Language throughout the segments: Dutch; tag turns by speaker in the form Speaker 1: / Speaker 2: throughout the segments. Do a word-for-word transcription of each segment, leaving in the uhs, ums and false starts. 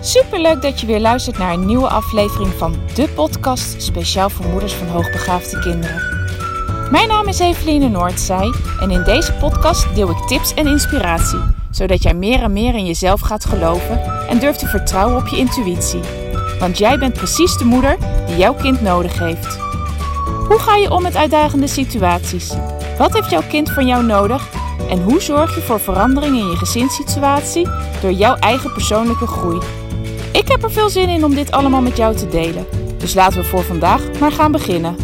Speaker 1: Superleuk dat je weer luistert naar een nieuwe aflevering van de podcast speciaal voor moeders van hoogbegaafde kinderen. Mijn naam is Eveline Noordzij en in deze podcast deel ik tips en inspiratie, zodat jij meer en meer in jezelf gaat geloven en durft te vertrouwen op je intuïtie. Want jij bent precies de moeder die jouw kind nodig heeft. Hoe ga je om met uitdagende situaties? Wat heeft jouw kind van jou nodig? En hoe zorg je voor verandering in je gezinssituatie door jouw eigen persoonlijke groei? Ik heb er veel zin in om dit allemaal met jou te delen. Dus laten we voor vandaag maar gaan beginnen.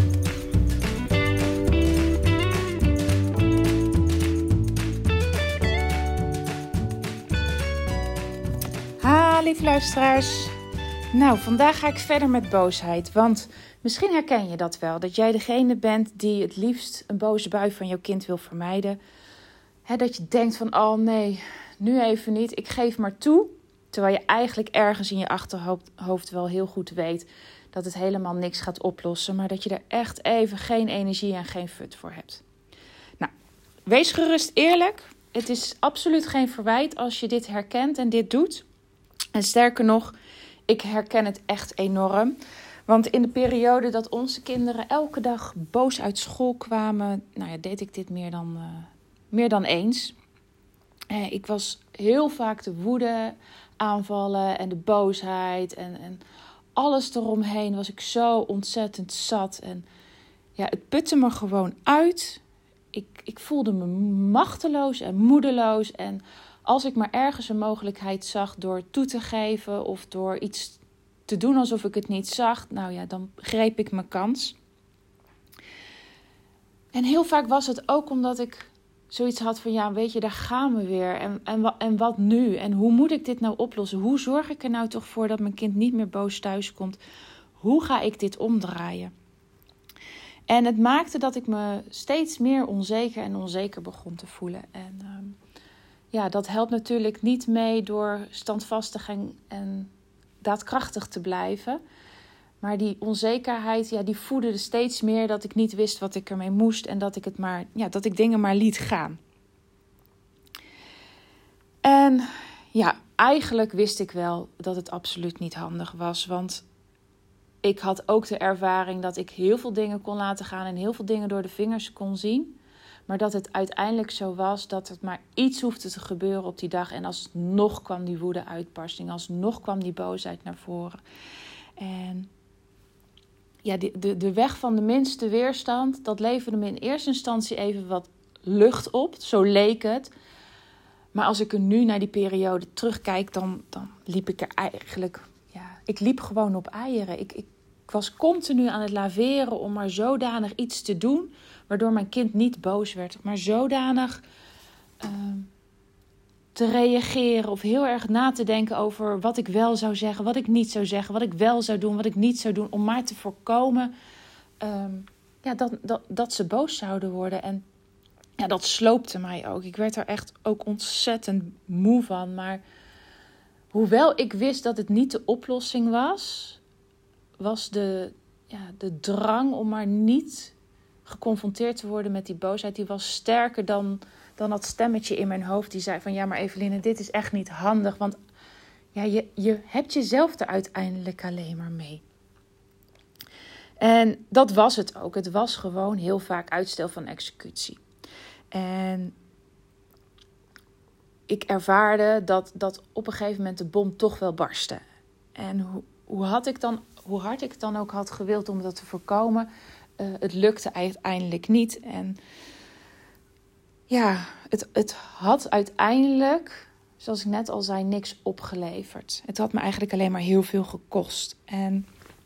Speaker 1: Ha, lieve luisteraars. Nou, vandaag ga ik verder met boosheid. Want misschien herken je dat wel. Dat jij degene bent die het liefst een boze bui van jouw kind wil vermijden. He, dat je denkt van, oh nee, nu even niet. Ik geef maar toe. Terwijl je eigenlijk ergens in je achterhoofd wel heel goed weet dat het helemaal niks gaat oplossen. Maar dat je er echt even geen energie en geen fut voor hebt. Nou, wees gerust eerlijk. Het is absoluut geen verwijt als je dit herkent en dit doet. En sterker nog, ik herken het echt enorm. Want in de periode dat onze kinderen elke dag boos uit school kwamen, nou ja, deed ik dit meer dan, uh, meer dan eens. Uh, ik was heel vaak de woede aanvallen en de boosheid en, en alles eromheen was ik zo ontzettend zat. En ja, het putte me gewoon uit. Ik, ik voelde me machteloos en moedeloos. En als ik maar ergens een mogelijkheid zag door toe te geven of door iets te doen alsof ik het niet zag, nou ja, dan greep ik mijn kans. En heel vaak was het ook omdat ik zoiets had van, ja, weet je, daar gaan we weer. En, en, en wat nu? En hoe moet ik dit nou oplossen? Hoe zorg ik er nou toch voor dat mijn kind niet meer boos thuis komt? Hoe ga ik dit omdraaien? En het maakte dat ik me steeds meer onzeker en onzeker begon te voelen. En um, ja, dat helpt natuurlijk niet mee door standvastig en, en daadkrachtig te blijven. Maar die onzekerheid, ja, die voedde steeds meer dat ik niet wist wat ik ermee moest. En dat ik, het maar, ja, dat ik dingen maar liet gaan. En ja, eigenlijk wist ik wel dat het absoluut niet handig was. Want ik had ook de ervaring dat ik heel veel dingen kon laten gaan. En heel veel dingen door de vingers kon zien. Maar dat het uiteindelijk zo was dat het maar iets hoefde te gebeuren op die dag. En alsnog kwam die woede-uitbarsting. Alsnog kwam die boosheid naar voren. En ja, de, de, de weg van de minste weerstand, dat leverde me in eerste instantie even wat lucht op. Zo leek het. Maar als ik er nu naar die periode terugkijk, dan, dan liep ik er eigenlijk, ja, ik liep gewoon op eieren. Ik, ik, ik was continu aan het laveren om maar zodanig iets te doen, waardoor mijn kind niet boos werd. Maar zodanig uh, te reageren of heel erg na te denken over wat ik wel zou zeggen, wat ik niet zou zeggen, wat ik wel zou doen, wat ik niet zou doen, om maar te voorkomen um, ja, dat, dat, dat ze boos zouden worden. En ja, dat sloopte mij ook. Ik werd er echt ook ontzettend moe van. Maar hoewel ik wist dat het niet de oplossing was, was de, ja, de drang om maar niet geconfronteerd te worden met die boosheid, die was sterker dan, dan dat stemmetje in mijn hoofd die zei van, ja, maar Eveline, dit is echt niet handig. Want ja, je, je hebt jezelf er uiteindelijk alleen maar mee. En dat was het ook. Het was gewoon heel vaak uitstel van executie. En ik ervaarde dat, dat op een gegeven moment de bom toch wel barstte. En hoe, hoe, had ik dan, hoe hard ik het dan ook had gewild om dat te voorkomen, uh, het lukte uiteindelijk niet. En ja, het, het had uiteindelijk, zoals ik net al zei, niks opgeleverd. Het had me eigenlijk alleen maar heel veel gekost. En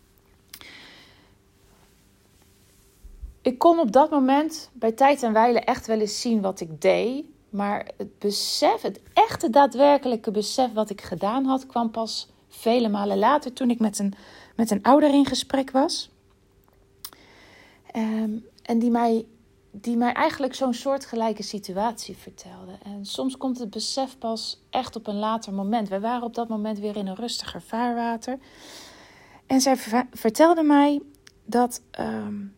Speaker 1: ik kon op dat moment bij tijd en wijle echt wel eens zien wat ik deed. Maar het besef, het echte daadwerkelijke besef wat ik gedaan had, kwam pas vele malen later toen ik met een, met een ouder in gesprek was. Um, en die mij, die mij eigenlijk zo'n soortgelijke situatie vertelde. En soms komt het besef pas echt op een later moment. Wij waren op dat moment weer in een rustiger vaarwater. En zij ver- vertelde mij dat, um,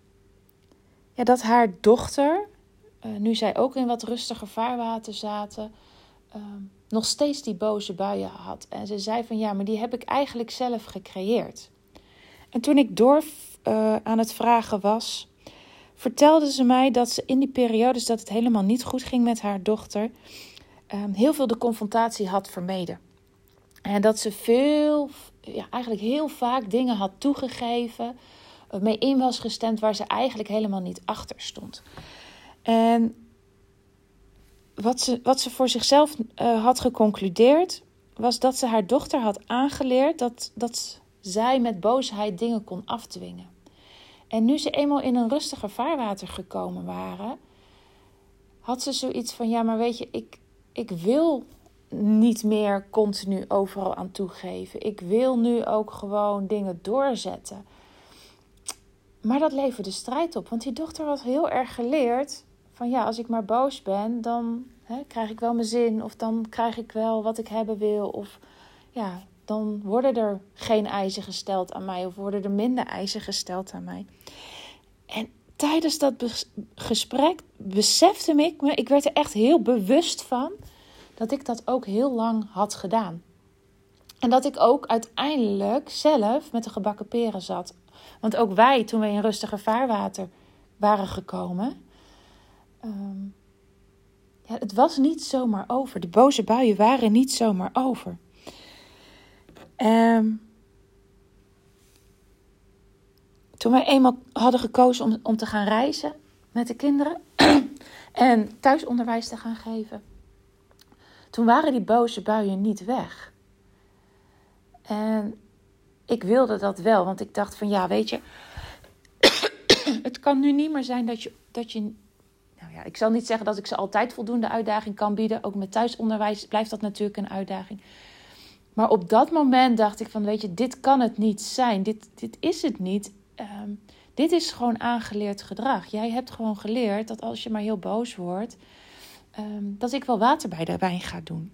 Speaker 1: ja, dat haar dochter, uh, nu zij ook in wat rustiger vaarwater zaten, uh, nog steeds die boze buien had. En ze zei van ja, maar die heb ik eigenlijk zelf gecreëerd. En toen ik door uh, aan het vragen was, vertelde ze mij dat ze in die periodes dat het helemaal niet goed ging met haar dochter, uh, heel veel de confrontatie had vermeden. En dat ze veel, ja, eigenlijk heel vaak dingen had toegegeven, mee in was gestemd waar ze eigenlijk helemaal niet achter stond. En wat ze, wat ze voor zichzelf uh, had geconcludeerd, was dat ze haar dochter had aangeleerd dat, dat zij met boosheid dingen kon afdwingen. En nu ze eenmaal in een rustiger vaarwater gekomen waren, had ze zoiets van, ja, maar weet je, ik, ik wil niet meer continu overal aan toegeven. Ik wil nu ook gewoon dingen doorzetten. Maar dat leverde strijd op, want die dochter had heel erg geleerd van ja, als ik maar boos ben, dan hè, krijg ik wel mijn zin, of dan krijg ik wel wat ik hebben wil, of ja, dan worden er geen eisen gesteld aan mij, of worden er minder eisen gesteld aan mij. En tijdens dat be- gesprek besefte ik me, ik werd er echt heel bewust van, dat ik dat ook heel lang had gedaan. En dat ik ook uiteindelijk zelf met de gebakken peren zat. Want ook wij, toen wij in rustiger vaarwater waren gekomen, Um, ja, het was niet zomaar over. De boze buien waren niet zomaar over. Um, toen wij eenmaal hadden gekozen om, om te gaan reizen met de kinderen en thuisonderwijs te gaan geven, toen waren die boze buien niet weg. En ik wilde dat wel, want ik dacht van ja, weet je, het kan nu niet meer zijn dat je, dat je Nou ja, ik zal niet zeggen dat ik ze altijd voldoende uitdaging kan bieden. Ook met thuisonderwijs blijft dat natuurlijk een uitdaging. Maar op dat moment dacht ik van, weet je, dit kan het niet zijn. Dit, dit is het niet. Um, dit is gewoon aangeleerd gedrag. Jij hebt gewoon geleerd dat als je maar heel boos wordt, um, dat ik wel water bij de wijn ga doen.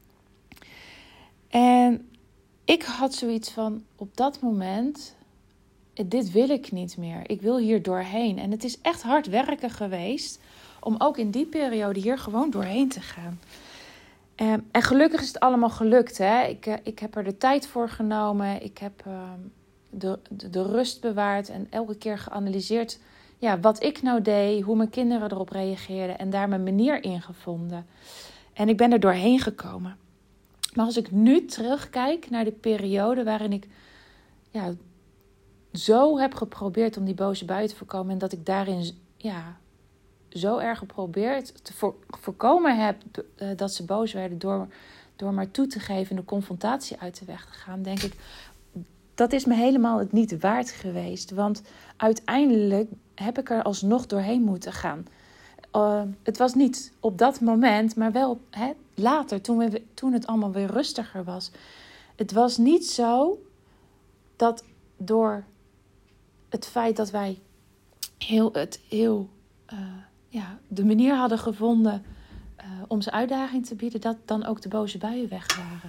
Speaker 1: En ik had zoiets van, op dat moment, dit wil ik niet meer. Ik wil hier doorheen. En het is echt hard werken geweest om ook in die periode hier gewoon doorheen te gaan. Um, en gelukkig is het allemaal gelukt. Hè? Ik, uh, ik heb er de tijd voor genomen. Ik heb uh, de, de, de rust bewaard. En elke keer geanalyseerd ja, wat ik nou deed. Hoe mijn kinderen erop reageerden. En daar mijn manier in gevonden. En ik ben er doorheen gekomen. Maar als ik nu terugkijk naar de periode waarin ik ja, zo heb geprobeerd om die boze buien te voorkomen. En dat ik daarin ja, zo erg geprobeerd te voor, voorkomen heb uh, dat ze boos werden door, door maar toe te geven en de confrontatie uit de weg te gaan. Denk ik, dat is me helemaal het niet waard geweest. Want uiteindelijk heb ik er alsnog doorheen moeten gaan. Uh, het was niet op dat moment, maar wel hè, later, toen, we, toen het allemaal weer rustiger was. Het was niet zo dat door het feit dat wij heel, het heel, uh, ja, de manier hadden gevonden uh, om ze uitdaging te bieden, dat dan ook de boze buien weg waren.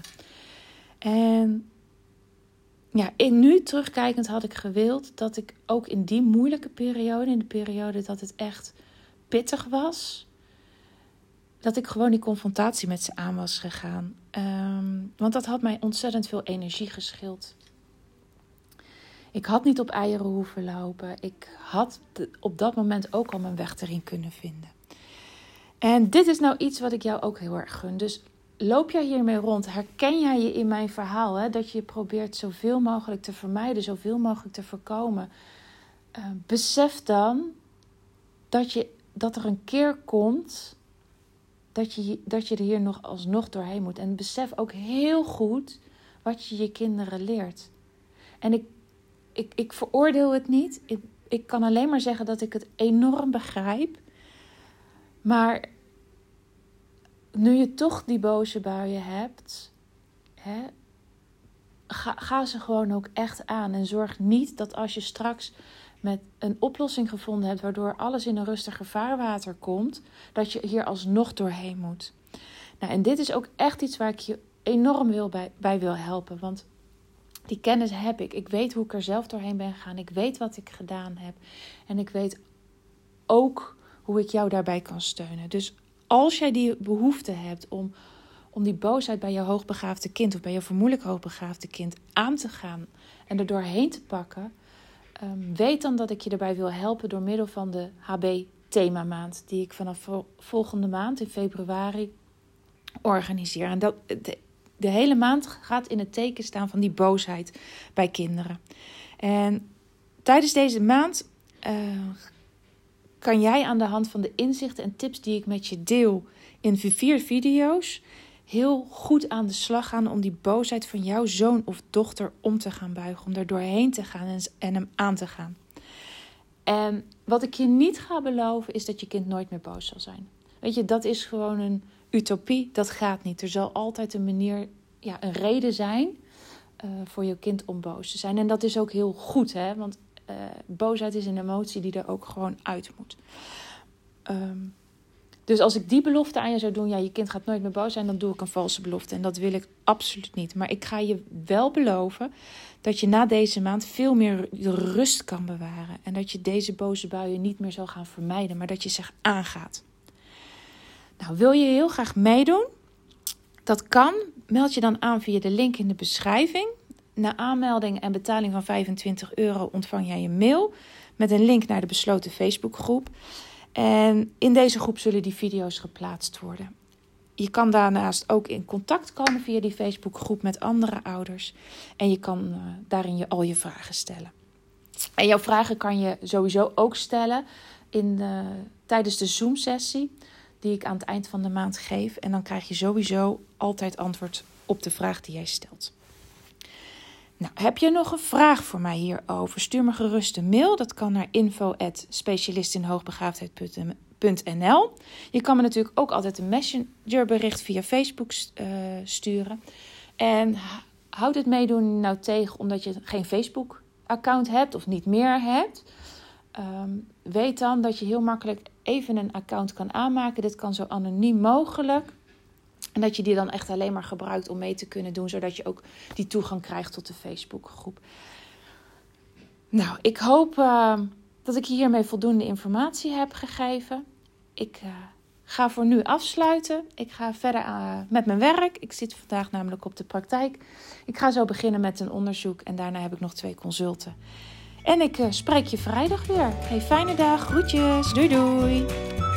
Speaker 1: En ja, in nu terugkijkend had ik gewild dat ik ook in die moeilijke periode, in de periode dat het echt pittig was, dat ik gewoon die confrontatie met ze aan was gegaan. Um, want dat had mij ontzettend veel energie geschild. Ik had niet op eieren hoeven lopen. Ik had de, op dat moment ook al mijn weg erin kunnen vinden. En dit is nou iets wat ik jou ook heel erg gun. Dus loop jij hiermee rond? Herken jij je in mijn verhaal? Hè? Dat je probeert zoveel mogelijk te vermijden, zoveel mogelijk te voorkomen. Uh, besef dan dat, je, dat er een keer komt dat je, dat je er hier nog alsnog doorheen moet. En besef ook heel goed wat je je kinderen leert. En ik Ik, ik veroordeel het niet. Ik, ik kan alleen maar zeggen dat ik het enorm begrijp. Maar nu je toch die boze buien hebt, hè, ga, ga ze gewoon ook echt aan. En zorg niet dat als je straks met een oplossing gevonden hebt, waardoor alles in een rustiger vaarwater komt, dat je hier alsnog doorheen moet. Nou, en dit is ook echt iets waar ik je enorm wil bij, bij wil helpen. Want die kennis heb ik. Ik weet hoe ik er zelf doorheen ben gegaan. Ik weet wat ik gedaan heb. En ik weet ook hoe ik jou daarbij kan steunen. Dus als jij die behoefte hebt om om die boosheid bij je hoogbegaafde kind of bij je vermoedelijk hoogbegaafde kind aan te gaan en er doorheen te pakken, um, weet dan dat ik je erbij wil helpen door middel van de H B-themamaand die ik vanaf vol- volgende maand in februari organiseer. En dat, de, de hele maand gaat in het teken staan van die boosheid bij kinderen. En tijdens deze maand uh, kan jij aan de hand van de inzichten en tips die ik met je deel in vier video's heel goed aan de slag gaan om die boosheid van jouw zoon of dochter om te gaan buigen. Om er doorheen te gaan en, en hem aan te gaan. En wat ik je niet ga beloven is dat je kind nooit meer boos zal zijn. Weet je, dat is gewoon een utopie. Dat gaat niet. Er zal altijd een manier, ja, een reden zijn uh, voor je kind om boos te zijn. En dat is ook heel goed, hè. Want uh, boosheid is een emotie die er ook gewoon uit moet. Um, dus als ik die belofte aan je zou doen, ja, je kind gaat nooit meer boos zijn, dan doe ik een valse belofte. En dat wil ik absoluut niet. Maar ik ga je wel beloven dat je na deze maand veel meer rust kan bewaren. En dat je deze boze buien niet meer zal gaan vermijden, maar dat je zich aangaat. Nou, wil je heel graag meedoen? Dat kan. Meld je dan aan via de link in de beschrijving. Na aanmelding en betaling van vijfentwintig euro ontvang jij een mail met een link naar de besloten Facebookgroep. En in deze groep zullen die video's geplaatst worden. Je kan daarnaast ook in contact komen via die Facebookgroep met andere ouders. En je kan uh, daarin je, al je vragen stellen. En jouw vragen kan je sowieso ook stellen in de, tijdens de Zoom-sessie die ik aan het eind van de maand geef. En dan krijg je sowieso altijd antwoord op de vraag die jij stelt. Nou, heb je nog een vraag voor mij hierover? Stuur me gerust een mail. Dat kan naar info at specialistinhoogbegaafdheid punt n l. Je kan me natuurlijk ook altijd een messengerbericht via Facebook uh, sturen. En houd het meedoen nou tegen omdat je geen Facebook-account hebt of niet meer hebt. Um, weet dan dat je heel makkelijk even een account kan aanmaken. Dit kan zo anoniem mogelijk. En dat je die dan echt alleen maar gebruikt om mee te kunnen doen. Zodat je ook die toegang krijgt tot de Facebookgroep. Nou, ik hoop uh, dat ik hiermee voldoende informatie heb gegeven. Ik uh, ga voor nu afsluiten. Ik ga verder uh, met mijn werk. Ik zit vandaag namelijk op de praktijk. Ik ga zo beginnen met een onderzoek. En daarna heb ik nog twee consulten. En ik uh, spreek je vrijdag weer. Hey, fijne dag. Groetjes. Doei doei.